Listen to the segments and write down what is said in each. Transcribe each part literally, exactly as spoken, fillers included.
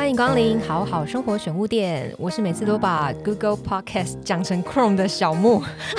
欢迎光临好好生活选物店，我是每次都把 Google Podcast 讲成 Chrome 的小木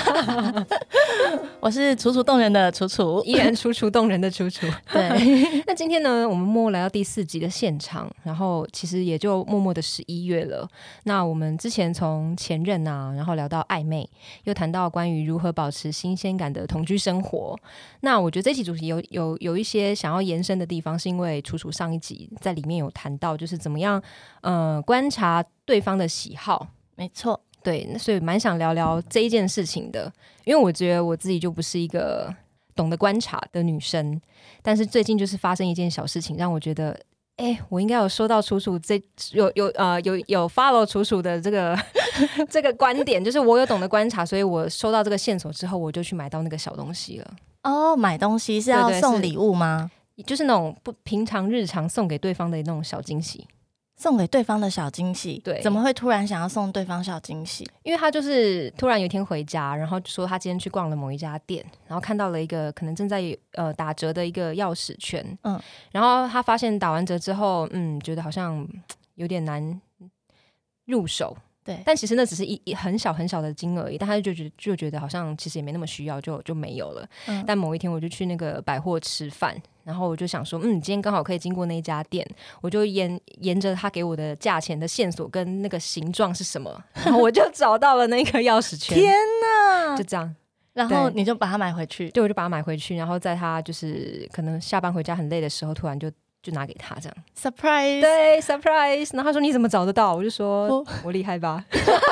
我是楚楚动人的楚楚， 依然楚楚动人的楚楚。 对， 那今天呢，我们默默来到第四集的现场，然后其实也就默默的十一月了。那我们之前从前任啊，然后聊到暧昧，又谈到关于如何保持新鲜感的同居生活。那我觉得这期主题有有有一些想要延伸的地方，是因为楚楚上一集在里面有谈到，就是怎么样呃观察对方的喜好。 没错。 对，所以蛮想聊聊这一件事情的，因为我觉得我自己就不是一个懂得观察的女生，但是最近就是发生一件小事情，让我觉得，哎、欸，我应该有收到楚楚这有有呃有有 follow 楚楚的这个这个观点，就是我有懂得观察，所以我收到这个线索之后，我就去买到那个小东西了。 哦，买东西是要送礼物吗？ 对对，就是那种不平常日常送给对方的那种小惊喜。 送给对方的小惊喜， 对， 怎么会突然想要送对方小惊喜？ 因为他就是突然有一天回家，然后说他今天去逛了某一家店，然后看到了一个可能正在呃打折的一个钥匙圈，嗯，然后他发现打完折之后，嗯，觉得好像有点难入手， 对， 但其实那只是一一很小很小的金额而已，但他就觉得就觉得好像其实也没那么需要，就就没有了。嗯、但某一天我就去那个百货吃饭。然后我就想说，嗯，今天刚好可以经过那一家店，我就沿沿着他给我的价钱的线索跟那个形状是什么，然后我就找到了那个钥匙圈。 天哪！ 就这样， 然后你就把它买回去。 对，我就把它买回去，然后在他就是可能下班回家很累的时候，突然就就拿给他这样 surprise。 对 surprise。然后他说你怎么找得到？我就说、oh. 我厉害吧。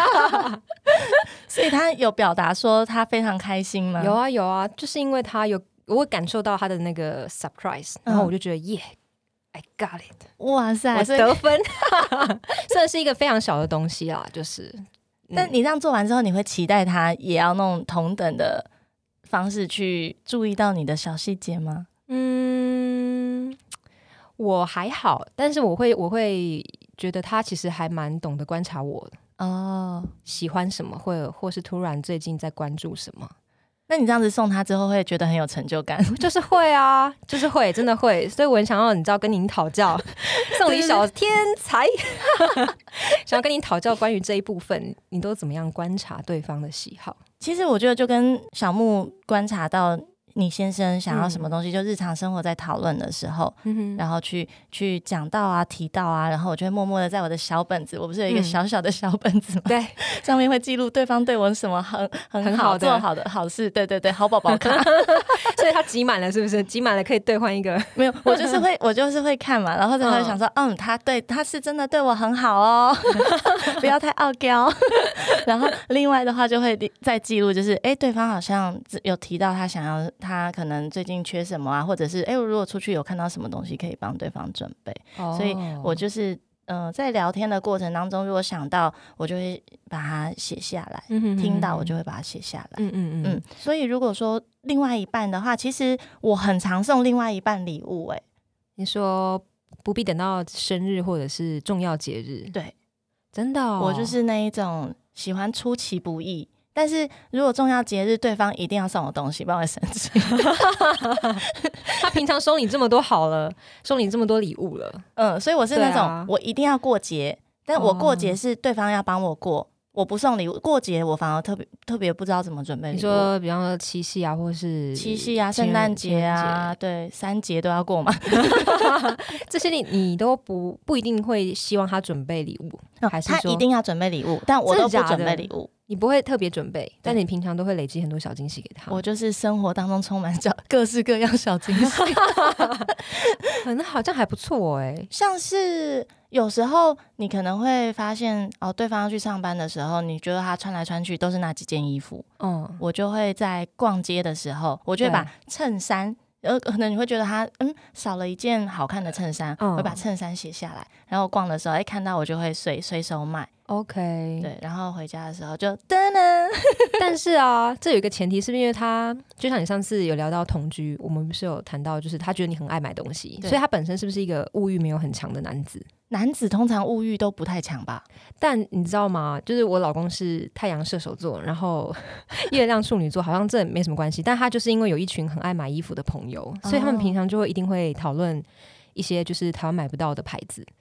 所以他有表达说他非常开心吗？ 有啊有啊，就是因为他有。我感受到他的那个 surprise， 然后我就觉得耶、嗯 yeah, I got it， 哇塞， 我得分。虽然是一个非常小的东西啦，就是、 嗯、但你这样做完之后，你会期待他也要弄同等的方式去注意到你的小细节吗？ 嗯，我还好，但是我会我会觉得他其实还蛮懂得观察我的哦，喜欢什么，或者或是突然最近在关注什么。 那你这样子送他之后会觉得很有成就感？ 就是会啊，就是会，真的会。所以我很想要，你知道，跟您讨教送礼小天才，想要跟您讨教关于这一部分，你都怎么样观察对方的喜好？ 其实我觉得就跟小木观察到你先生想要什么东西、嗯、就日常生活在讨论的时候、嗯、然后去去讲到啊提到啊，然后我就会默默的在我的小本子，我不是有一个小小的小本子吗、嗯、 对， 上面会记录对方对我什么很很好, 很好的做好的好事，对对对，好宝宝卡。 所以他集满了是不是？集满了可以兑换一个？ 没有，我就是会我就是会看嘛，然后就会想说 嗯, 嗯他对他是真的对我很好哦。不要太傲娇。然后另外的话就会再记录，就是哎，对方好像有提到他想要他可能最近缺什么啊，或者是哎，如果出去有看到什么东西可以帮对方准备、哦、所以我就是呃，在聊天的过程当中，如果想到我就会把它写下来、嗯、哼哼哼听到我就会把它写下来。嗯嗯嗯。所以如果说另外一半的话，其实我很常送另外一半礼物。哎， 你说不必等到生日或者是重要节日？ 对， 真的、哦、 我就是那一种喜欢出其不意，但是如果重要节日对方一定要送我东西，不然我会生气。 他平常收你这么多好了，收你这么多礼物了， 嗯，所以我是那种、啊、我一定要过节，但我过节是对方要帮我过、哦、我不送礼物。过节我反而特别特别不知道怎么准备礼物。 你说比方说七夕啊，或是七夕啊、圣诞节啊，对，三节都要过嘛。 这些你你都不不一定会希望他准备礼物、嗯、还是说他一定要准备礼物，但我都不准备礼物。 你不会特别准备，但你平常都会累积很多小惊喜给他。 我就是生活当中充满各式各样小惊喜。 可能好像还不错哎、欸， 像是有时候你可能会发现哦，对方要去上班的时候，你觉得他穿来穿去都是那几件衣服，嗯，我就会在逛街的时候，我就会把衬衫，呃，可能你会觉得他嗯少了一件好看的衬衫，我、嗯、会把衬衫写下来，然后逛的时候，哎，看到我就会随随手买。 OK， 对，然后回家的时候就噔噔。 但是啊，这有一个前提，是因为他就像你上次有聊到同居，我们不是有谈到，就是他觉得你很爱买东西，所以他本身是不是一个物欲没有很强的男子？ 男子通常物欲都不太强吧？ 但你知道吗？就是我老公是太阳射手座，然后月亮处女座，好像这没什么关系，但他就是因为有一群很爱买衣服的朋友，所以他们平常就会一定会讨论一些就是台湾买不到的牌子。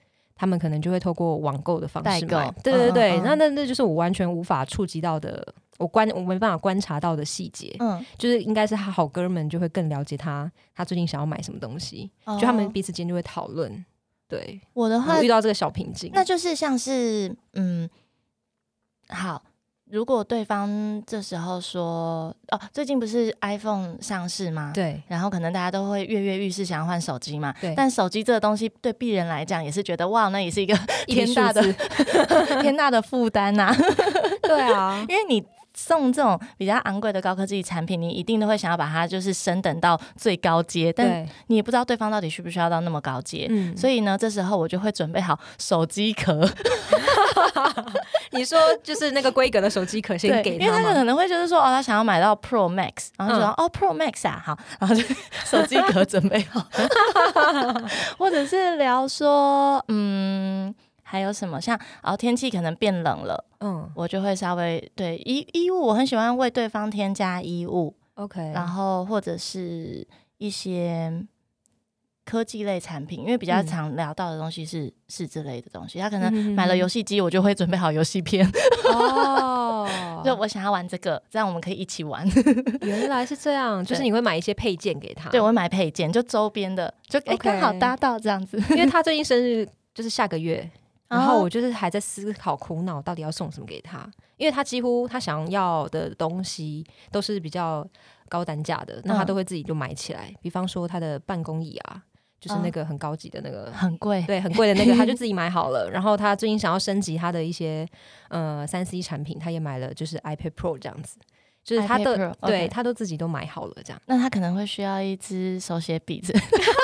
他们可能就会透过网购的方式买， 代购， 对对对， 嗯嗯嗯那那那就是我完全无法触及到的，我观我没办法观察到的细节，嗯，就是应该是他好哥们就会更了解他，他最近想要买什么东西，哦、就他们彼此间就会讨论。对， 我的话我遇到这个小瓶颈， 那就是像是嗯，好。如果对方这时候说哦，最近不是 iPhone 上市吗？ 对， 然后可能大家都会跃跃欲试，想要换手机嘛。 对， 但手机这个东西对鄙人来讲也是觉得哇，那也是一个天大的天大的负担呐。 对啊， 因为你送这种比较昂贵的高科技产品，你一定都会想要把它就是升等到最高阶，但你也不知道对方到底需不需要到那么高阶、嗯、所以呢这时候我就会准备好手机壳。 你说就是那个规格的手机壳先给他吗？ 因为他可能会就是说哦，他想要买到 Pro Max， 然后就说、嗯、哦 Pro Max 啊，好，然后就手机壳准备好。或者是聊说嗯还有什么像哦天气可能变冷了，嗯，我就会稍微对衣衣物，我很喜欢为对方添加衣物 ，OK， 然后或者是一些科技类产品，因为比较常聊到的东西是、嗯、是这类的东西。他可能买了游戏机，我就会准备好游戏片。哦，就我想要玩这个，这样我们可以一起玩。 原来是这样，就是你会买一些配件给他。 对，我会买配件，就周边的，就哎刚、okay, 好搭到这样子。 因为他最近生日就是下个月。然后我就是还在思考苦恼到底要送什么给他，因为他几乎他想要的东西都是比较高单价的，那他都会自己就买起来、嗯、比方说他的办公椅啊，就是那个很高级的那个、 嗯、很贵， 对，很贵的那个他就自己买好了。然后他最近想要升级他的一些呃 三 C 产品，他也买了就是 iPad Pro 这样子，就是他的 Pro, 对、okay. 他都自己都买好了这样。 那他可能会需要一支手写笔子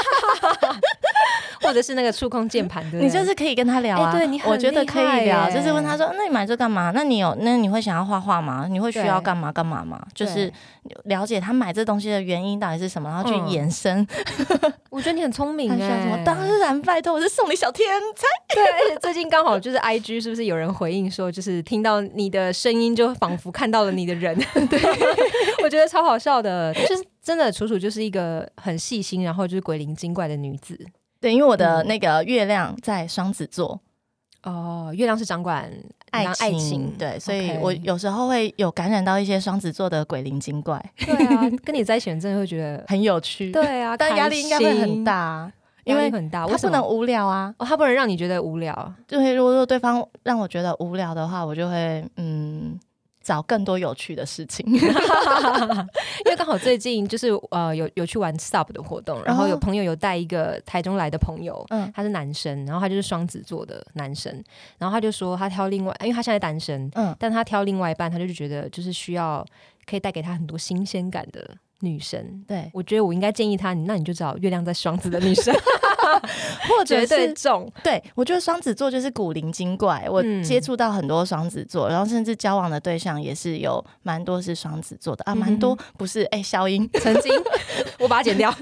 或者是那个触控键盘，对不对？ 你就是可以跟他聊啊， 欸、对你很我觉得可以聊，就是问他说：“那你买这干嘛？那你有那你会想要画画吗？你会需要干嘛干嘛吗？”就是了解他买这东西的原因到底是什么，然后去延伸。 嗯、我觉得你很聪明哎、 欸，当然拜托，我是送你小天才。 对，而且最近刚好就是 I G 是不是有人回应说，就是听到你的声音就仿佛看到了你的人。对，我觉得超好笑的，就是真的楚楚就是一个很细心，然后就是鬼灵精怪的女子。 对，因为我的那个月亮在双子座、 嗯、哦，月亮是掌管爱 情, 爱情， 对，所以我有时候会有感染到一些双子座的鬼灵精怪。 对啊，跟你在一起真的会觉得很有趣。 对啊， 但压力应该会很大， 因为很大， 他不能无聊啊， 哦，他不能让你觉得无聊。 对，如果对方让我觉得无聊的话，我就会嗯。找更多有趣的事情。因为刚好最近就是呃有有去玩 Sub 的活动，然后有朋友有带一个台中来的朋友、嗯、他是男生，然后他就是双子座的男生，然后他就说他挑另外，因为他现在单身、嗯、但他挑另外一半，他就觉得就是需要可以带给他很多新鲜感的女生。 对， 我觉得我应该建议他，那你就找月亮在双子的女生。 或者是绝对中。 对，我觉得双子座就是古灵精怪，我接触到很多双子座、嗯、然后甚至交往的对象也是有蛮多是双子座的啊，蛮多不是哎，消音曾经我把它剪掉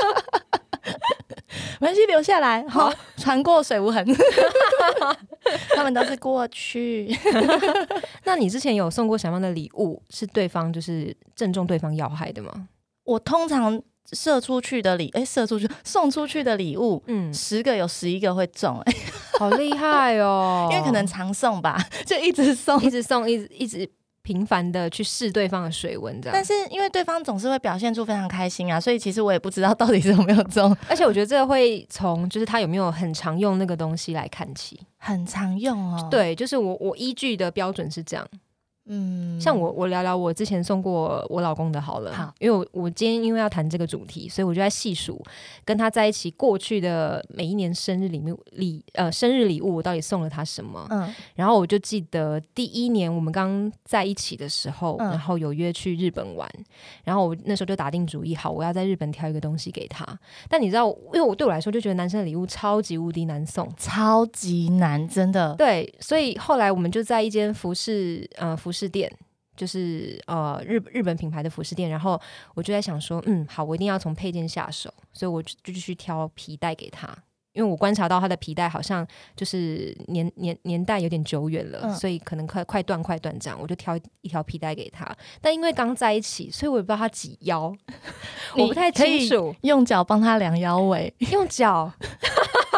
没关系，留下来好，船过水无痕他们都是过去那你之前有送过什么样的礼物是对方就是正中对方要害的吗？ 我通常射出去的礼，哎，射出去送出去的礼物，嗯，十个有十一个会中，哎， 好厉害哦！ 因为可能常送吧，就一直送， 一直送，一直一直频繁的去试对方的水温，这样。 但是因为对方总是会表现出非常开心啊，所以其实我也不知道到底是有没有中。 而且我觉得这个会从就是他有没有很常用那个东西来看起， 很常用哦。 对，就是我我依据的标准是这样。嗯，像我我聊聊我之前送过我老公的好了，好，因为我我今天因为要谈这个主题，所以我就在细数跟他在一起过去的每一年生日礼物礼呃生日礼物我到底送了他什么。嗯，然后我就记得第一年我们刚在一起的时候，嗯、然后有约去日本玩，然后我那时候就打定主意，好，我要在日本挑一个东西给他。但你知道，因为我对我来说就觉得男生的礼物超级无敌难送， 超级难，真的。 对，所以后来我们就在一间服饰呃服饰。服饰店就是呃日日本品牌的服饰店，然后我就在想说，嗯，好，我一定要从配件下手，所以我就就去挑皮带给他，因为我观察到他的皮带好像就是年年年代有点久远了，嗯、所以可能快快断快断这样，我就挑一条皮带给他。但因为刚在一起，所以我也不知道他几腰，我不太清楚。 用脚帮他量腰围， 用脚。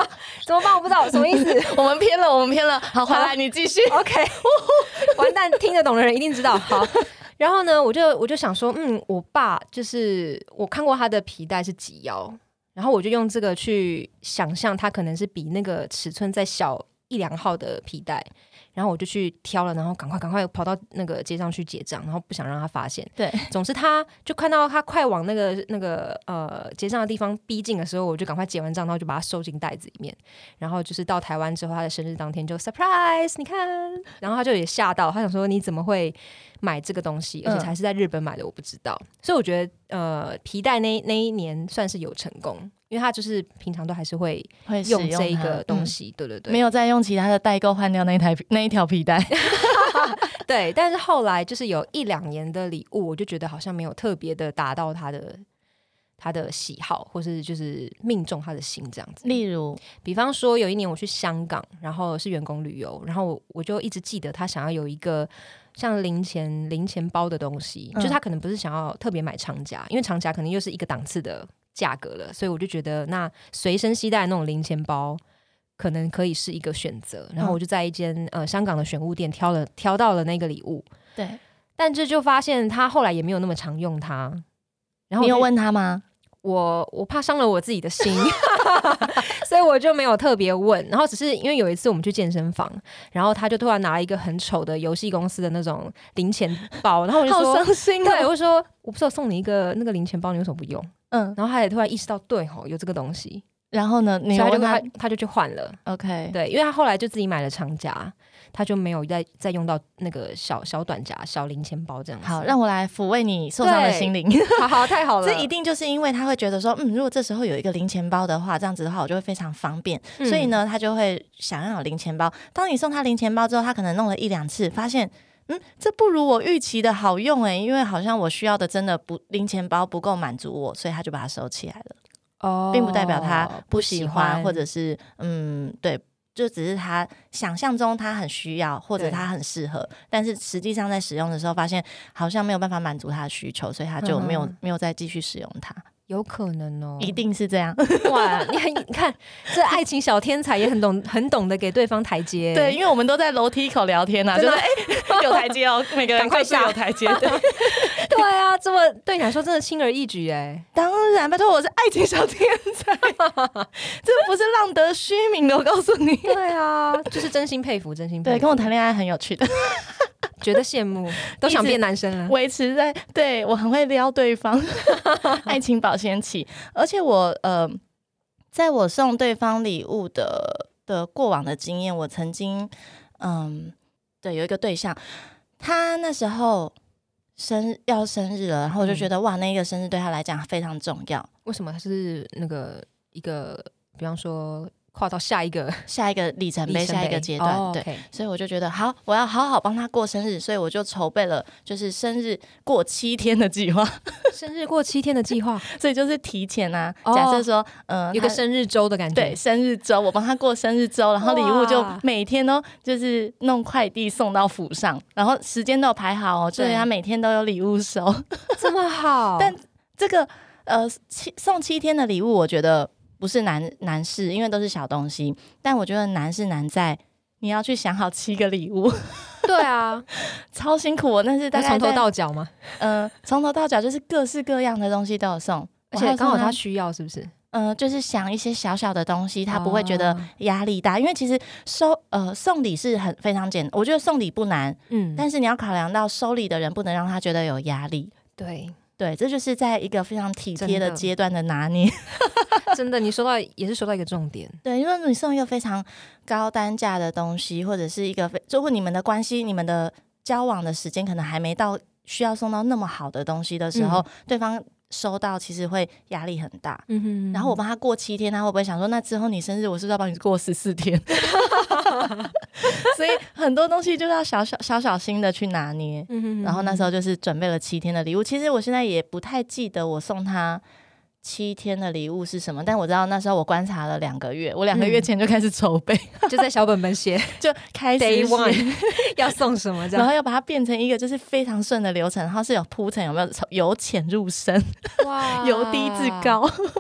怎么办？我不知道什么意思。 我们偏了，我们偏了。好，回来你继续。 OK， 完蛋，听得懂的人一定知道。好，然后呢，我就我就想说，嗯，我爸就是我看过他的皮带是几腰，然后我就用这个去想象，他可能是比那个尺寸再小一两号的皮带。然后我就去挑了，然后赶快赶快跑到那个街上去结账，然后不想让他发现。 对， 总之他就看到他快往那个那个呃结账的地方逼近的时候，我就赶快结完账，然后就把它收进袋子里面。然后就是到台湾之后，他的生日当天就 surprise， 你看，然后他就也吓到，他想说你怎么会买这个东西，而且还是在日本买的，我不知道。嗯、所以我觉得呃皮带那那一年算是有成功。因为他就是平常都还是会用这一个东西，对对对， 没有再用其他的代购换掉那一台那一条皮带。 对，但是后来就是有一两年的礼物，我就觉得好像没有特别的达到他的他的喜好，或是就是命中他的心这样子。 例如， 比方说有一年我去香港，然后是员工旅游，然后 我, 我就一直记得他想要有一个像零钱零钱包的东西，嗯、就是他可能不是想要特别买长夹，因为长夹可能又是一个档次的价格了，所以我就觉得那随身携带的那种零钱包可能可以是一个选择。然后我就在一间、嗯、呃香港的选物店挑了挑到了那个礼物， 对， 但这就发现他后来也没有那么常用它。然后你有问他吗？ 我我怕伤了我自己的心，所以我就没有特别问。然后只是因为有一次我们去健身房，然后他就突然拿了一个很丑的游戏公司的那种零钱包，然后我就说好伤心、哦、 对，我就说我不是有送你一个那个零钱包，你为什么不用？嗯，然后他也突然意识到，对吼，有这个东西。 然后呢，你所以他就他他就去换了。 OK， 对，因为他后来就自己买了长夹，他就没有再再用到那个小小短夹、小零钱包这样子。 好，让我来抚慰你受伤的心灵。 好好，太好了。 这一定就是因为他会觉得说，嗯，如果这时候有一个零钱包的话，这样子的话，我就会非常方便。嗯、所以呢，他就会想要有零钱包。当你送他零钱包之后，他可能弄了一两次，发现。嗯，这不如我预期的好用哎、欸，因为好像我需要的真的不零钱包不够满足我，所以他就把它收起来了。哦，并不代表他不喜欢，不喜欢或者是嗯，对，就只是他想象中他很需要，或者他很适合，但是实际上在使用的时候发现好像没有办法满足他的需求，所以他就没有、嗯、没有再继续使用它。 有可能哦， 一定是这样。 哇，你看，你看，这爱情小天才也很懂，很懂得给对方台阶。 对，因为我们都在楼梯口聊天啊，就是哎、欸，有台阶哦，每个人快下有台阶。对， 对啊，这么对你来说真的轻而易举哎。 当然，拜托，我是爱情小天才，这不是浪得虚名的，我告诉你。 对啊，就是真心佩服，真心佩服。 对，跟我谈恋爱很有趣的。 觉得羡慕，都想变男生了。 维持在对我很会撩对方，爱情保鲜期。而且我呃，在我送对方礼物的的过往的经验，我曾经嗯，对有一个对象，他那时候生要生日了，然后我就觉得、嗯、哇，那个生日对他来讲非常重要。 为什么？他是那个一个，比方说。跨到下一个下一个里程碑，下一个阶段，哦、对， okay. 所以我就觉得好，我要好好帮他过生日，所以我就筹备了，就是生日过七天的计划。 生日过七天的计划， 所以就是提前啊，哦、假设说，嗯、呃， 有个生日周的感觉， 对，生日周，我帮他过生日周，然后礼物就每天都就是弄快递送到府上，然后时间都有排好哦，所以他每天都有礼物收， 这么好。 但这个呃七送七天的礼物，我觉得。不是难难事，因为都是小东西，但我觉得难是难在你要去想好七个礼物。 对啊， 超辛苦。但是大概从头到脚吗？ 嗯、呃，从头到脚就是各式各样的东西都有送， 而且刚好他需要，是不是？ 嗯、呃，就是想一些小小的东西，他不会觉得压力大，哦、因为其实收呃送礼是很非常简单，我觉得送礼不难，嗯，但是你要考量到收礼的人不能让他觉得有压力。 对。 对，这就是在一个非常体贴的阶段的拿捏。 真的，你说到也是说到一个重点。 对，因为你送一个非常高单价的东西，或者是一个，就或你们的关系、你们的交往的时间可能还没到需要送到那么好的东西的时候，嗯、对方收到其实会压力很大。嗯哼嗯哼，然后我帮他过七天，他会不会想说，那之后你生日我是不是要帮你过十四天？所以很多东西就是要小小小小心的去拿捏。嗯哼嗯哼，然后那时候就是准备了七天的礼物。其实我现在也不太记得我送他七天的礼物是什么，但我知道那时候我观察了两个月，我两个月前就开始筹备， 嗯、就在小本本写， 就开始 Day One 要送什么这样， 然后要把它变成一个就是非常顺的流程，然后是有铺陈，有没有由浅入深，哇，由低至高， 好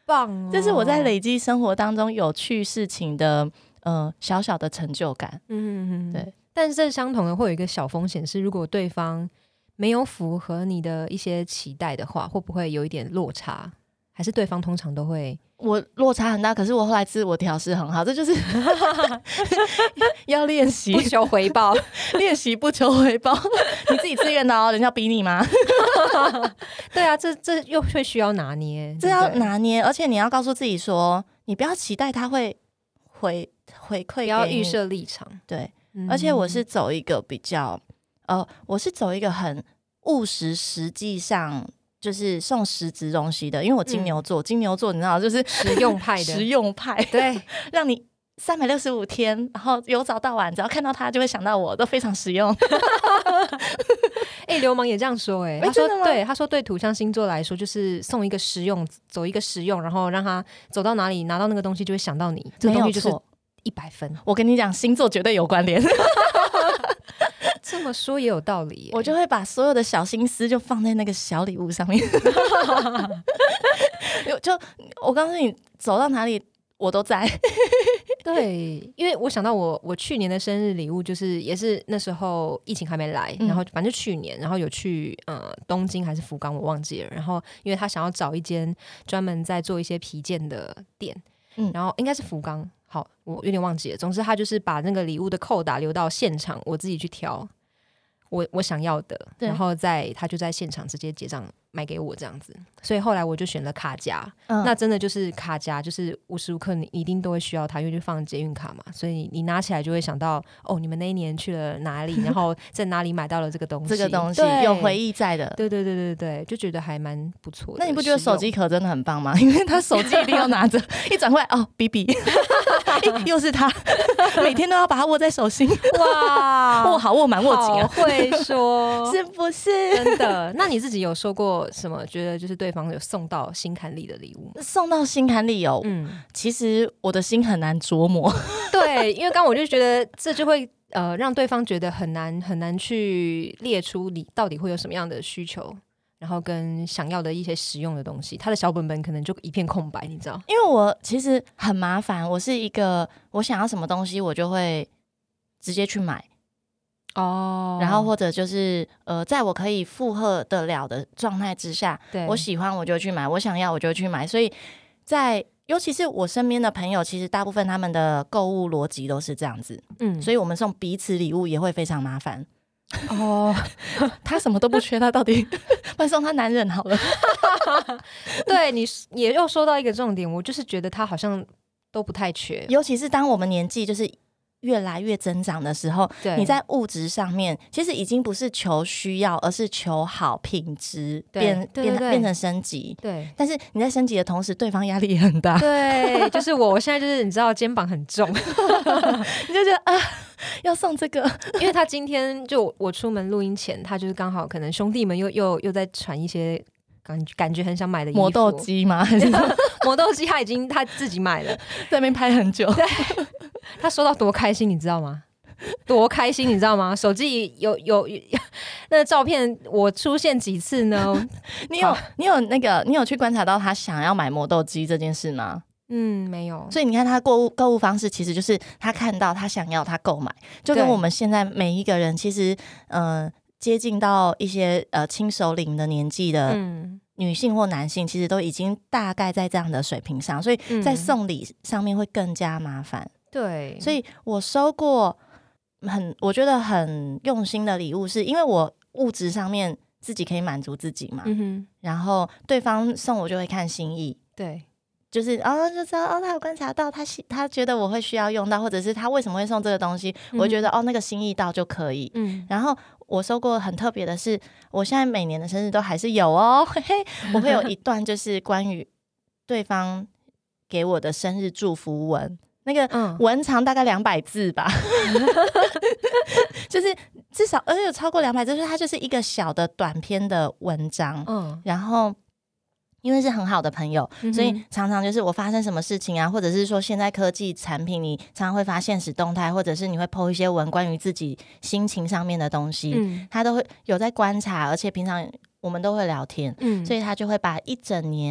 棒哦！ 这是我在累积生活当中有趣事情的呃小小的成就感。嗯，对。 但是这相同的会有一个小风险是，如果对方没有符合你的一些期待的话，会不会有一点落差？还是对方通常都会？ 我落差很大，可是我后来自我调试很好，这就是要练习不求回报， 练习不求回报，你自己自愿的哦，人家逼你吗？ 对啊，这这又会需要拿捏， 这要拿捏，而且你要告诉自己说，你不要期待他会回回馈，不要预设立场。 对，嗯、而且我是走一个比较，呃，我是走一个很务实，实际上。就是送实质东西的，因为我金牛座、嗯、金牛座你知道就是实用派的实用派， 对， 让你三百六十五天然后由早到晚只要看到他就会想到我，都非常实用。 哎、欸，流氓也这样说。哎、欸，他说对，他说对土象星座来说就是送一个实用，走一个实用，然后让他走到哪里拿到那个东西就会想到你，这个东西就是一百分。 我跟你讲，星座绝对有关联。 这么说也有道理。 我就会把所有的小心思就放在那个小礼物上面。就我告诉你，走到哪里我都在。 对，因为我想到我我去年的生日礼物就是也是那时候疫情还没来、嗯、然后反正去年然后有去呃东京还是福冈我忘记了，然后因为他想要找一间专门在做一些皮件的店、嗯、然后应该是福冈，好我有点忘记了，总之他就是把那个礼物的扣打留到现场，我自己去挑我我想要的，然后在他就在现场直接结账买给我这样子，所以后来我就选了卡夹、嗯、那真的就是卡夹就是无时无刻你一定都会需要它，因为就放捷运卡嘛，所以你拿起来就会想到哦你们那一年去了哪里，然后在哪里买到了这个东西这个东西有回忆在的， 对对对对对，就觉得还蛮不错的。 那你不觉得手机壳真的很棒吗？因为他手机一定要拿着一转过来哦 B B 又是他，每天都要把它握在手心，哇握好握满握紧啊， 好会说是不是真的？那你自己有收过什么觉得就是对方有送到心坎里的礼物吗？ 送到心坎里有、嗯、其实我的心很难琢磨。 对，因为刚刚我就觉得这就会呃让对方觉得很难很难去列出你到底会有什么样的需求，然后跟想要的一些实用的东西，他的小本本可能就一片空白，你知道？ 因为我其实很麻烦，我是一个我想要什么东西我就会直接去买哦，然后或者就是呃，在我可以负荷得了的状态之下，我喜欢我就去买，我想要我就去买，所以在尤其是我身边的朋友，其实大部分他们的购物逻辑都是这样子，嗯，所以我们送彼此礼物也会非常麻烦。哦，他什么都不缺，他到底不然送他男人好了。 对，你也又说到一个重点，我就是觉得他好像都不太缺， 尤其是当我们年纪就是越来越增长的时候，你在物质上面其实已经不是求需要，而是求好品质，变对对对变变成升级。 对， 但是你在升级的同时，对方压力也很大。 对，就是我，我现在就是你知道肩膀很重， 你就觉得啊。要送这个， 因为他今天就我出门录音前，他就是刚好可能兄弟们又又又在传一些感感觉很想买的衣服， 磨豆机吗？还是磨豆机他已经他自己买了， 在那边拍很久。 对，他收到多开心，你知道吗？多开心，你知道吗？手机有有那个照片，我出现几次呢？ 你有你有那个你有去观察到他想要买磨豆机这件事吗？ 嗯，没有。 所以你看他购物购物方式其实就是他看到他想要他购买，就跟我们现在每一个人其实呃接近到一些呃轻熟龄的年纪的女性或男性、嗯、其实都已经大概在这样的水平上，所以在送礼上面会更加麻烦。对，所以我收过很我觉得很用心的礼物，是因为我物质上面自己可以满足自己嘛、嗯、哼，然后对方送我就会看心意。对，就是哦，就知道哦，他有观察到他他觉得我会需要用到，或者是他为什么会送这个东西，嗯、我会觉得哦，那个心意到就可以。嗯，然后我收过很特别的是，我现在每年的生日都还是有哦，嘿嘿，我会有一段就是关于对方给我的生日祝福文，那个文长大概两百字吧，嗯、就是至少而且有超过两百字，就是它就是一个小的短篇的文章，嗯，然后。因为是很好的朋友、嗯、所以常常就是我发生什么事情啊，或者是说现在科技产品你常常会发现实动态，或者是你会 po 一些文关于自己心情上面的东西、嗯、他都会有在观察，而且平常我们都会聊天、嗯、所以他就会把一整年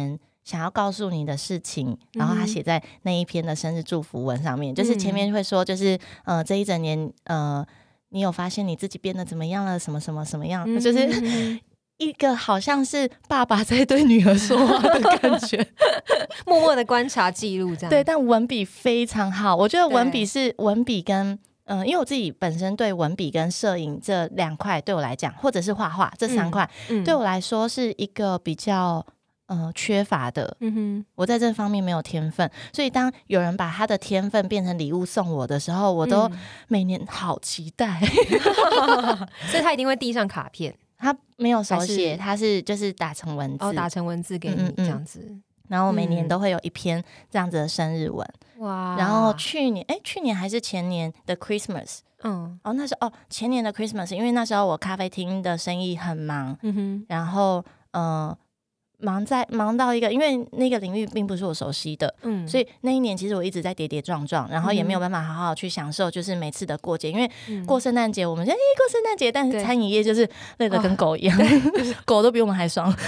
想要告诉你的事情，然后他写在那一篇的生日祝福文上面，嗯、就是前面会说，就是呃这一整年呃你有发现你自己变得怎么样了，什么什么什么样，嗯、就是一个好像是爸爸在对女儿说话的感觉， 默默的观察记录这样。 对，但文笔非常好，我觉得文笔是文笔跟。嗯，因为我自己本身对文笔跟摄影这两块对我来讲，或者是画画这三块、嗯嗯、对我来说是一个比较呃缺乏的、嗯、哼我在这方面没有天分，所以当有人把他的天分变成礼物送我的时候，我都每年好期待、嗯、 所以他一定会递上卡片， 他没有手写，他是就是打成文字， 哦，打成文字给你这样子，嗯嗯， 然后每年都会有一篇这样子的生日文。哇！然后去年哎，去年还是前年的 Christmas， 嗯，哦，那时候哦，前年的 Christmas， 因为那时候我咖啡厅的生意很忙，嗯哼，然后呃，忙在忙到一个，因为那个领域并不是我熟悉的，嗯，所以那一年其实我一直在跌跌撞撞，然后也没有办法好好去享受，就是每次的过节，因为过圣诞节我们就哎过圣诞节，但是餐饮业就是累得跟狗一样，狗都比我们还爽。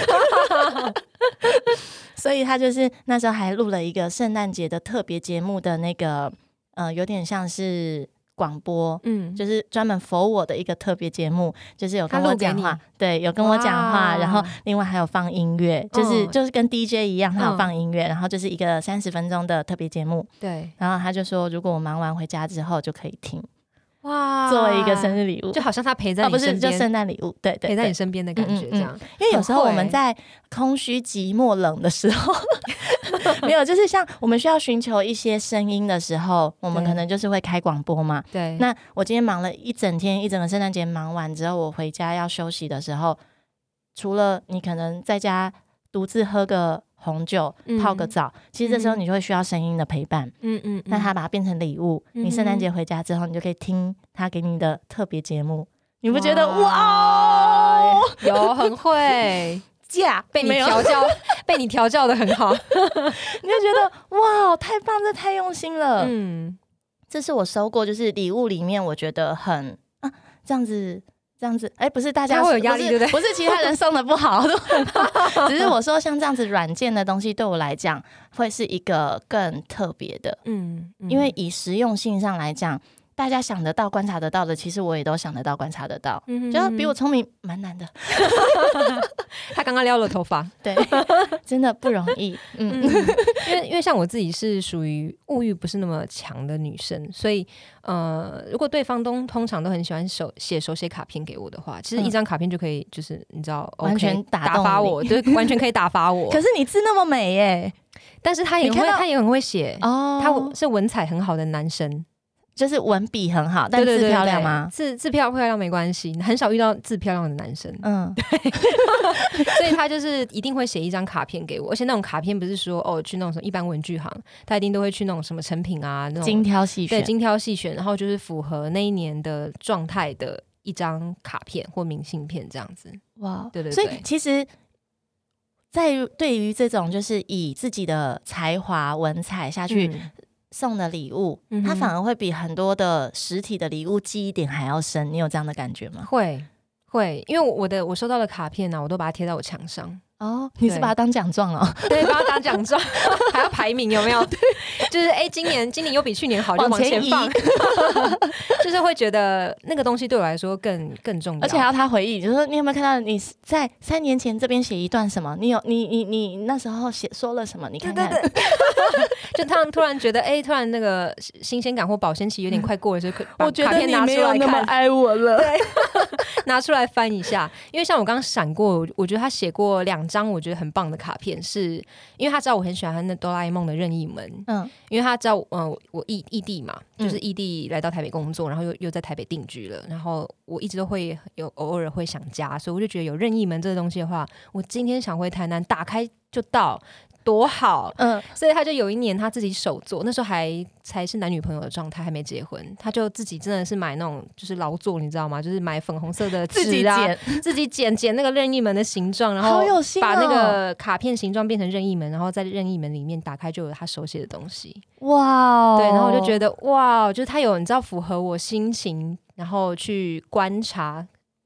所以他就是那时候还录了一个圣诞节的特别节目的那个呃，有点像是广播，嗯，就是专门 for 我的一个特别节目，就是有跟我讲话，对，有跟我讲话，然后另外还有放音乐，就是就是跟 D J 一样，他有放音乐，嗯、然后就是一个三十分钟的特别节目，对，然后他就说，如果我忙完回家之后就可以听。哇，作为一个生日礼物， 就好像他陪在你身边， 哦、不是就圣诞礼物，对 对, 对， 陪在你身边的感觉，这样、嗯嗯嗯。 因为有时候我们在空虚、寂寞、冷的时候，没有，就是像我们需要寻求一些声音的时候，我们可能就是会开广播嘛。对。那我今天忙了一整天，一整个圣诞节忙完之后，我回家要休息的时候，除了你可能在家独自喝个红酒泡个澡、嗯、其实这时候你就会需要声音的陪伴，嗯嗯，那他把它变成礼物、嗯、你圣诞节回家之后你就可以听他给你的特别节目，你不觉得哇有很会驾被你调教被你调教的很好你就觉得哇太棒，这太用心了，嗯，这是我收过就是礼物里面我觉得很啊这样子这样子，哎、欸，不是大家会有压力，对不对？ 不是其他人送的不好，都很好，只是我说像这样子软件的东西，对我来讲会是一个更特别的，嗯，嗯因为以实用性上来讲，大家想得到、观察得到的，其实我也都想得到、观察得到，嗯、就要比我聪明，蛮难的。 他刚刚撩了头发， 对，真的不容易。嗯， 嗯因为因为像我自己是属于物欲不是那么强的女生，所以呃，如果对方都通常都很喜欢手写手写卡片给我的话，其实一张卡片就可以，就是你知道， 完全 OK, 打发我，对，完全可以打发我。 可是你字那么美耶， 但是他也会，他也很会写哦，他是文采很好的男生。 就是文笔很好，但字漂亮吗？ 字字漂漂亮没关系，很少遇到字漂亮的男生。嗯，对，所以他就是一定会写一张卡片给我，而且那种卡片不是说哦去那种什么一般文具行，他一定都会去那种什么成品啊，那种精挑细选， 对，精挑细选，然后就是符合那一年的状态的一张卡片或明信片这样子。哇，对对对， 所以其实。在对于这种就是以自己的才华文采下去、嗯送的礼物、嗯、它反而会比很多的实体的礼物记忆点还要深，你有这样的感觉吗？ 会会，因为我的我收到的卡片呢、啊，我都把它贴在我墙上。 哦，你是把它当奖状哦？ 对，把它当奖状，还要排名有没有？就是哎、欸，今年今年又比去年好，就往前放，就是会觉得那个东西对我来说更更重要， 而且还要他回忆，就是说你有没有看到你在三年前这边写一段什么？你有你你你那时候写说了什么？你看看，对对对就突然突然觉得哎、欸，突然那个新鲜感或保鲜期有点快过了，就把卡片拿出来看。 我觉得你没有那么爱我了， 对，拿出来翻一下，因为像我刚刚闪过，我觉得他写过两张我觉得很棒的卡片，是因为他知道我很喜欢那哆啦 A 梦的任意门，嗯，因为他知道呃我异异地嘛，就是异地来到台北工作，然后又又在台北定居了，然后我一直都会有偶尔会想家，所以我就觉得有任意门这个东西的话，我今天想回台南，打开就到。多好，嗯，所以他就有一年他自己手做，那时候还才是男女朋友的状态，还没结婚，他就自己真的是买那种就是劳作，你知道吗？就是买粉红色的纸啊，自己剪，自己剪剪那个任意门的形状，然后把那个卡片形状变成任意门，然后在任意门里面打开就有他手写的东西。哇，对，然后我就觉得哇，就是他有你知道符合我心情，然后去观察。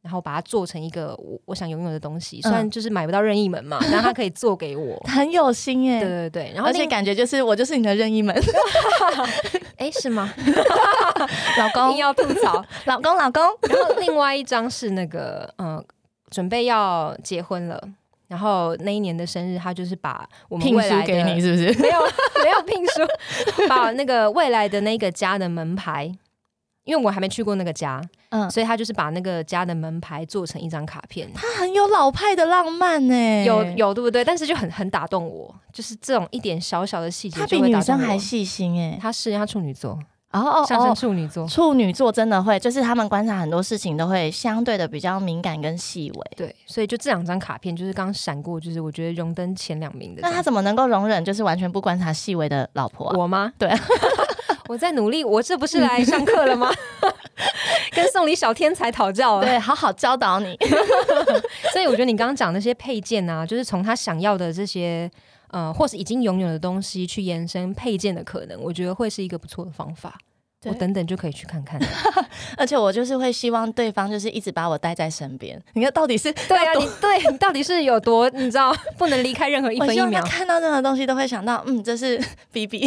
然后把它做成一个我我想拥有的东西，虽然就是买不到任意门嘛，但他可以做给我， 很有心耶。 对对对，然后而且感觉就是我就是你的任意门。 哎，是吗？ 老公硬要吐槽， 老公老公。 然后另外一张是那个嗯、呃，准备要结婚了。然后那一年的生日，他就是把我们未来的聘书给你，是不是？ 没有没有聘书，把那个未来的那个家的门牌，因为我还没去过那个家，嗯，所以他就是把那个家的门牌做成一张卡片。 他很有老派的浪漫呢， 有有对不对？但是就很很打动我，就是这种一点小小的细节， 他比女生还细心哎。 他是他处女座。 哦哦， 上升处女座， 处女座真的会，就是他们观察很多事情都会相对的比较敏感跟细微。 对，所以就这两张卡片，就是刚闪过，就是我觉得荣登前两名的。 那他怎么能够容忍就是完全不观察细微的老婆啊？ 我吗？ 对啊， 我在努力，我这不是来上课了吗？跟送礼小天才讨教啊！ 对，好好教导你。 所以我觉得你刚刚讲那些配件啊，就是从他想要的这些。呃，或是已经拥有的东西去延伸配件的可能，我觉得会是一个不错的方法。我等等就可以去看看。 而且我就是会希望对方就是一直把我带在身边。你看到底是对啊，你对你到底是有多你知道不能离开任何一分一秒？ 我希望他看到任何东西都会想到，嗯，这是 B B。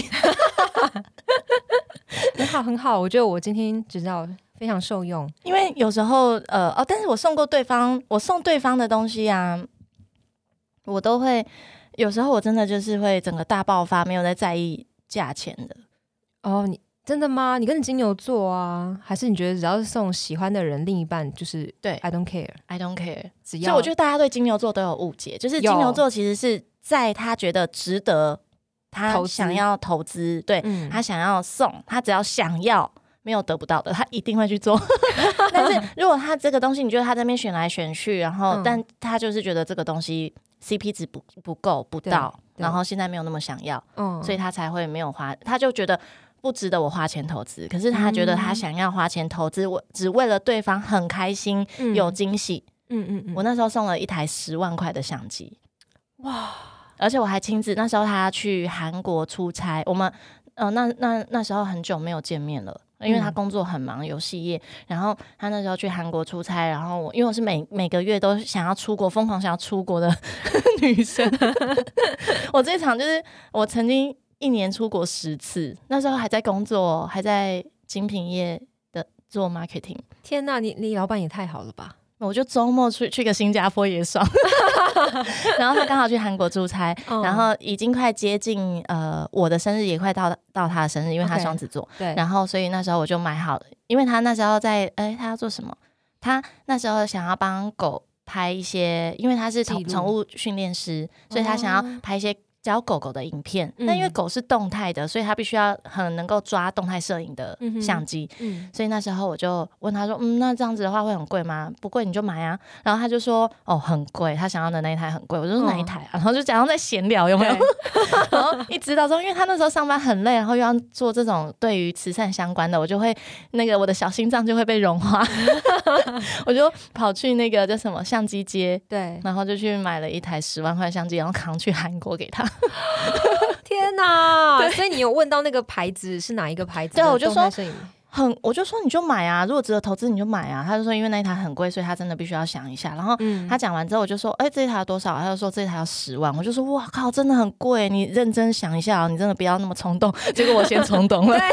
很好很好，我觉得我今天知道非常受用。 因为有时候呃哦，但是我送过对方，我送对方的东西啊，我都会。有时候我真的就是会整个大爆发，没有在在意价钱的。 哦，你真的吗？你跟你金牛座啊，还是你觉得只要是送喜欢的人，另一半就是对 I don't care I don't care， 只要。 所以我觉得大家对金牛座都有误解，就是金牛座其实是在他觉得值得，他想要投资，对、嗯、他想要送，他只要想要。没有得不到的，他一定会去做。但是如果他这个东西，你觉得他在那边选来选去，然后、嗯、但他就是觉得这个东西 C P 值不不够不到，然后现在没有那么想要、嗯，所以他才会没有花，他就觉得不值得我花钱投资。可是他觉得他想要花钱投资，我只为了对方很开心、嗯、有惊喜。嗯嗯嗯，我那时候送了一台十万块的相机，哇！而且我还亲自，那时候他去韩国出差，我们呃那那那时候很久没有见面了。因为他工作很忙，有系业，然后他那时候去韩国出差，然后我因为我是每每个月都想要出国，疯狂想要出国的女生。我这场就是我曾经一年出国十次，那时候还在工作，还在精品业的做 marketing。 天哪，你你老板也太好了吧！ 我就周末去去个新加坡也爽。然后他刚好去韩国出差、嗯、然后已经快接近呃我的生日也快到到他的生日，因为他双子座、okay, 对，然后所以那时候我就买好了，因为他那时候在哎他要做什么，他那时候想要帮狗拍一些，因为他是宠物训练师，所以他想要拍一些教狗狗的影片，那、嗯、因为狗是动态的，所以他必须要很能够抓动态摄影的相机、嗯嗯、所以那时候我就问他说嗯，那这样子的话会很贵吗？不贵你就买啊。然后他就说哦很贵，他想要的那一台很贵。我就说哪一台啊、哦、然后就假装在闲聊有没有然后一直到说因为他那时候上班很累，然后又要做这种对于慈善相关的，我就会那个我的小心脏就会被融化我就跑去那个叫什么相机街，对，然后就去买了一台十万块相机，然后扛去韩国给他天哪！所以你有问到那个牌子是哪一个牌子的？ 对，我就说很，我就说你就买啊，如果值得投资你就买啊。他就说因为那一台很贵，所以他真的必须要想一下。然后他讲完之后，我就说，哎、欸，这一台要多少？他就说这一台要十万。我就说哇靠，真的很贵，你认真想一下哦，你真的不要那么冲动。结果我先冲动了，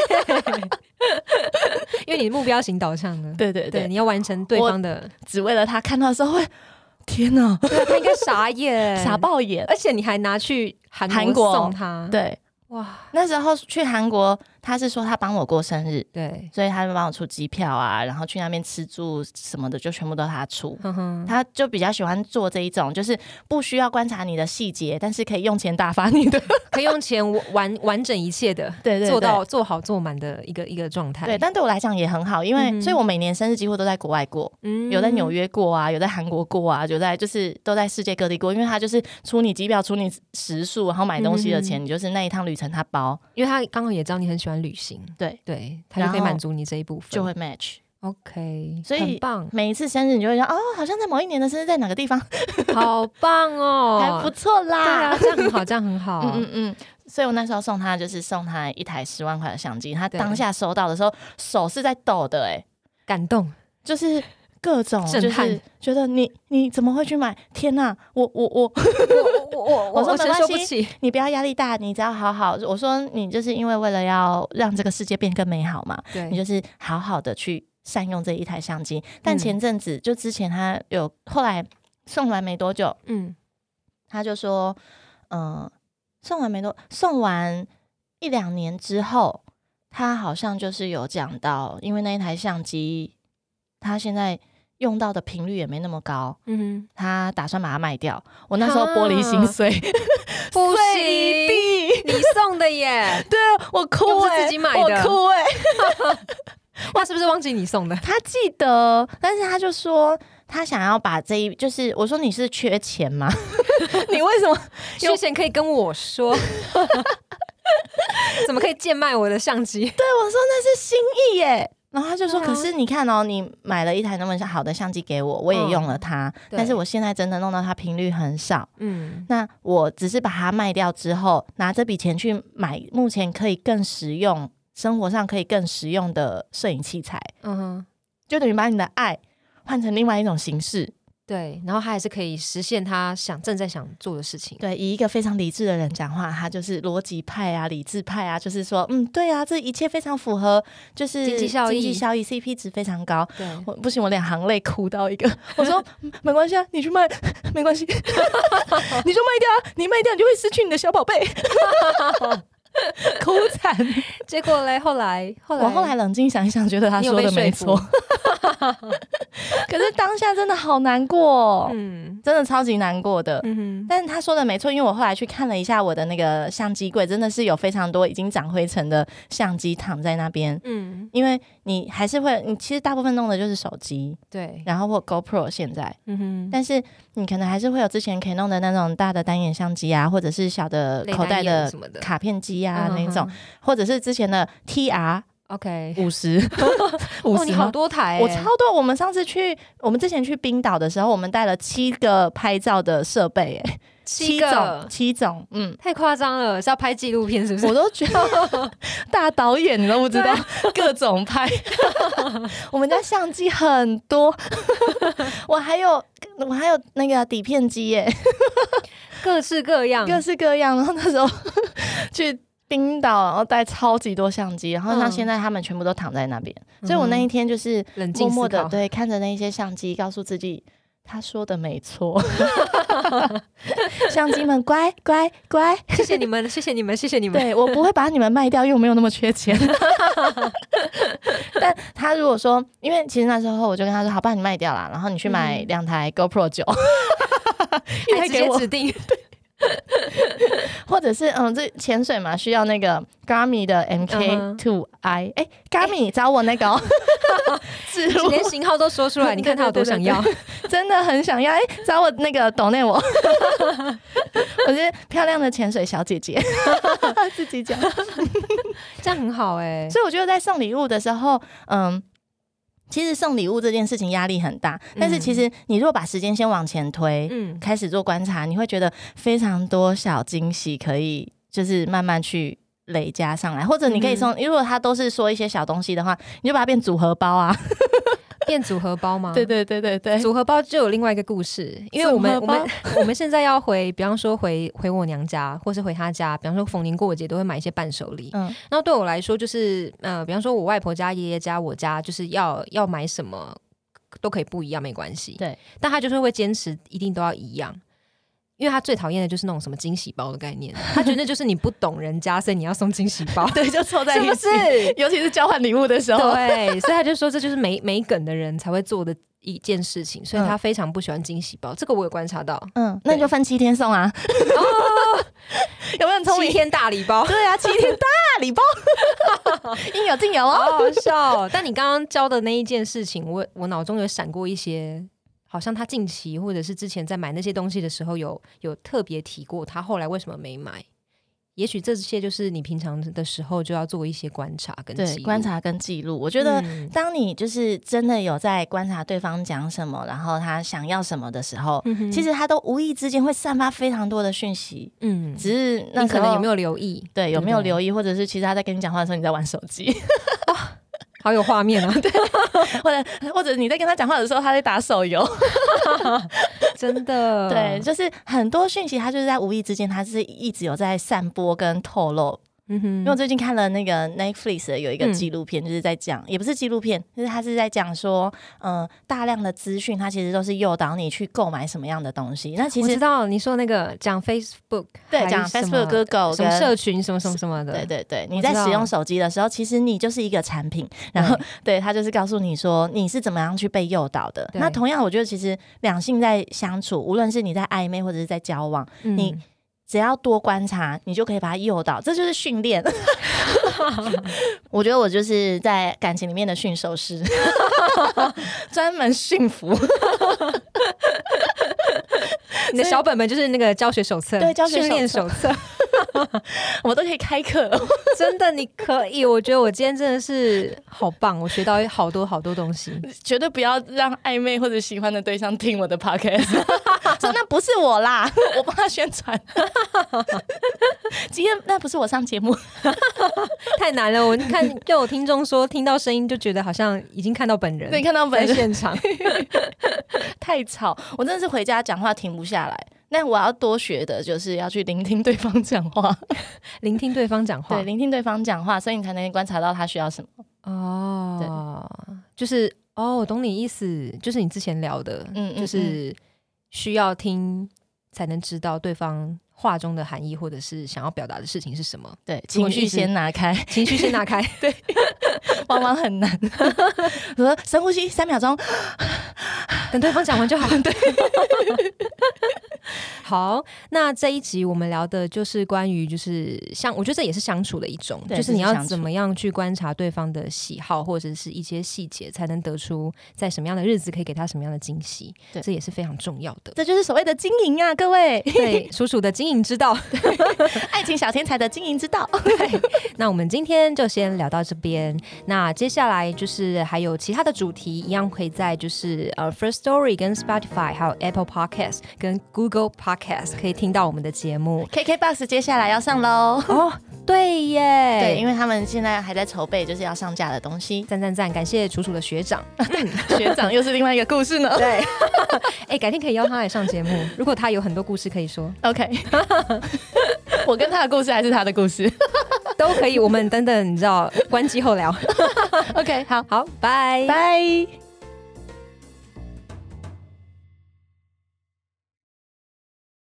因为你目标型导向的， 对对 对, 对，你要完成对方的， 只为了他看到的时候会。天哪， 对，他应该傻眼， 傻爆眼， 而且你还拿去韩国送他， 对，哇，那时候去韩国，他是说他帮我过生日，对，所以他就帮我出机票啊，然后去那边吃住什么的，就全部都他出。嗯、他就比较喜欢做这一种，就是不需要观察你的细节，但是可以用钱打发你的， 可以用钱完完整一切的，对 对, 对，做到做好做满的一个一个状态。 对，但对我来讲也很好，因为、嗯、所以我每年生日几乎都在国外过，嗯、有在纽约过啊，有在韩国过啊，有在就是都在世界各地过，因为他就是出你机票、出你食宿，然后买东西的钱，嗯、你就是那一趟旅程他包， 因为他刚好也知道你很喜欢旅行， 对。 对，他就可以满足你这一部分， 就会 match。 OK， 所以很棒。 每一次生日你就会说哦，好像在某一年的生日在哪个地方， 好棒哦， 还不错啦。 对啊，这样很好，这样很好。 嗯嗯嗯。所以我那时候送他就是送他一台十万块的相机，他当下收到的时候手是在抖的、欸，哎， 感动， 就是各种就是觉得你你怎么会去买？天哪，我我我我我我我说没关系， 你不要压力大，你只要好好。我说你就是因为为了要让这个世界变更美好嘛， 对， 你就是好好的去善用这一台相机。但前阵子、嗯、就之前他有后来送完没多久，嗯，他就说，嗯、呃，送完没多送完一两年之后，他好像就是有讲到，因为那一台相机他现在用到的频率也没那么高，嗯哼，他打算把它卖掉。我那时候玻璃心碎， 不行，你送的耶？ 对啊，我哭哎、欸， 自己买的， 我哭哎、 欸。他是不是忘记你送的？ 他记得，但是他就说他想要把这一，就是我说你是缺钱吗？你为什么缺钱可以跟我说？怎么可以贱卖我的相机？对， 我说那是心意耶。然后他就说、啊、可是你看哦，你买了一台那么好的相机给我，我也用了它、嗯、但是我现在真的弄到它频率很少，嗯，那我只是把它卖掉之后，拿这笔钱去买目前可以更实用生活上可以更实用的摄影器材，嗯哼，就等于把你的爱换成另外一种形式。 对，然后他还是可以实现他想正在想做的事情。 对，以一个非常理智的人讲话，他就是逻辑派啊，理智派啊，就是说，嗯，对啊，这一切非常符合，就是经济效益， 经济效益 C P 值非常高。 对， 我不行，我两行泪哭到一个，我说没关系啊，你去卖，没关系，你就卖掉啊，你卖掉你就会失去你的小宝贝。哭惨， 结果嘞，后来后来我后来冷静想一想，觉得他说的没错。可是当下真的好难过，嗯，真的超级难过的。嗯哼，但是他说的没错，因为我后来去看了一下我的那个相机柜，真的是有非常多已经长灰尘的相机躺在那边。嗯，因为你还是会，你其实大部分弄的就是手机， 对， 然后或 GoPro 现在，嗯哼，但是你可能还是会有之前可以弄的那种大的单眼相机啊，或者是小的口袋的卡片机啊那种，或者是之前的 T R。OK， 五十，五十， 你好多台、欸， 我超多。我们上次去，我们之前去冰岛的时候，我们带了七个拍照的设备、欸， 七个， 七种，七种，嗯， 太夸张了，是要拍纪录片是不是？ 我都觉得大导演你都不知道，各种拍。我们家相机很多，我还有我还有那个底片机耶、欸， 各式各样， 各式各样。然后那时候去冰岛，然后带超级多相机，然后像现在他们全部都躺在那边、嗯，所以我那一天就是默默的对看着那些相机，告诉自己他说的没错。相机们乖乖乖， 谢谢你们，谢谢你们，谢谢你们。 对，我不会把你们卖掉，因为我没有那么缺钱。但他如果说，因为其实那时候我就跟他说，好，把你卖掉啦，然后你去买两台 GoPro 九、嗯， 一台给我指定。 或者是嗯，这潜水嘛，需要那个 Garmin 的 M K 二 I， 哎、uh-huh. ，Garmin 找我那个、哦， 连型号都说出来，你看他有多想要， 对对对对，真的很想要，哎，找我那个抖内我，我是漂亮的潜水小姐姐，自己讲， 这样很好哎、欸， 所以我觉得在送礼物的时候，嗯。其实送礼物这件事情压力很大，但是其实你如果把时间先往前推，嗯，开始做观察，你会觉得非常多小惊喜可以就是慢慢去累加上来，或者你可以送、嗯、如果他都是说一些小东西的话，你就把它变组合包啊。 变组合包吗？ 对对对对对， 组合包就有另外一个故事，因为我们我们我们现在要回，比方说回回我娘家，或是回她家，比方说逢年过节都会买一些伴手礼。嗯，然后对我来说就是呃，比方说我外婆家、爷爷家、我家，就是要要买什么都可以不一样，没关系。 对， 但他就是会坚持一定都要一样。因为他最讨厌的就是那种什么惊喜包的概念，他觉得那就是你不懂人家，所以你要送惊喜包， 对，就凑在一起， 是不是？ 尤其是交换礼物的时候， 对，所以他就说这就是没没梗的人才会做的一件事情，所以他非常不喜欢惊喜包。这个我有观察到，嗯， 那你就分七天送啊，哦、有没有很聪明？ 七天大礼包， 对啊，七天大礼包，应有尽有哦， 好好笑、哦。但你刚刚教的那一件事情，我我脑中有闪过一些。好像他近期或者是之前在买那些东西的时候有有特别提过他后来为什么没买，也许这些就是你平常的时候就要做一些观察跟记录， 对，观察跟记录。我觉得当你就是真的有在观察对方讲什么，然后他想要什么的时候、嗯、其实他都无意之间会散发非常多的讯息，嗯，只是那你可能有没有留意， 对，有没有留意，或者是其实他在跟你讲话的时候你在玩手机。 好有画面啊！ 对，或者或者你在跟他讲话的时候，他在打手游， 真的， 对，就是很多讯息，他就是在无意之间，他是一直有在散播跟透露。嗯哼，因为我最近看了那个 Netflix 的有一个纪录片，嗯、就是在讲，也不是纪录片，就是他是在讲说，呃，大量的资讯，它其实都是诱导你去购买什么样的东西。那其实我知道你说那个讲 Facebook， 对，讲 Facebook、Google 什么社群什么什么什么的， 对对对，你在使用手机的时候，其实你就是一个产品，然后对他就是告诉你说你是怎么样去被诱导的。那同样，我觉得其实两性在相处，无论是你在暧昧或者是在交往，嗯、你。只要多观察，你就可以把它诱导，这就是训练。我觉得我就是在感情里面的驯兽师，专门驯服。 你的小本本就是那个教学手册， 对，教学训练手册， 我都可以开课了。 真的，你可以。我觉得我今天真的是好棒，我学到好多好多东西。 绝对不要让暧昧或者喜欢的对象听我的 podcast， 说那不是我啦，我帮他宣传。今天那不是我上节目， 太难了。我看就有听众说，听到声音就觉得好像已经看到本人， 对，看到本人在现场， 太吵。我真的是回家讲话停不下来。但我要多学的就是要去聆听对方讲话， 聆听对方讲话， 对，聆听对方讲话，所以你才能观察到他需要什么。 哦，就是哦，我懂你意思，就是你之前聊的，嗯，就是需要听才能知道对方话中的含义，或者是想要表达的事情是什么。 对，情绪先拿开， 情绪先拿开， 对，往往很难。我说深呼吸三秒钟， 等对方讲完就好。对。好，那这一集我们聊的就是关于就是相，我觉得这也是相处的一种，就是你要怎么样去观察对方的喜好或者是一些细节，才能得出在什么样的日子可以给他什么样的惊喜，这也是非常重要的。 这就是所谓的经营啊，各位， 对，楚楚的经营之道， 爱情小天才的经营之道。 对，那我们今天就先聊到这边，那接下来就是还有其他的主题，一样可以在就是呃 First Story 跟 Spotify 还有 Apple Podcast 跟 Google Podcast 可以听到我们的节目。 K K B O X 接下来要上咯。 哦，对耶， 对，因为他们现在还在筹备就是要上架的东西。 赞赞赞，感谢楚楚的学长。 学长又是另外一个故事呢。 对，哎、欸，改天可以邀他来上节目，如果他有很多故事可以说。 OK。 我跟他的故事还是他的故事都可以，我们等等你知道关机后聊。 OK， 好好，拜拜。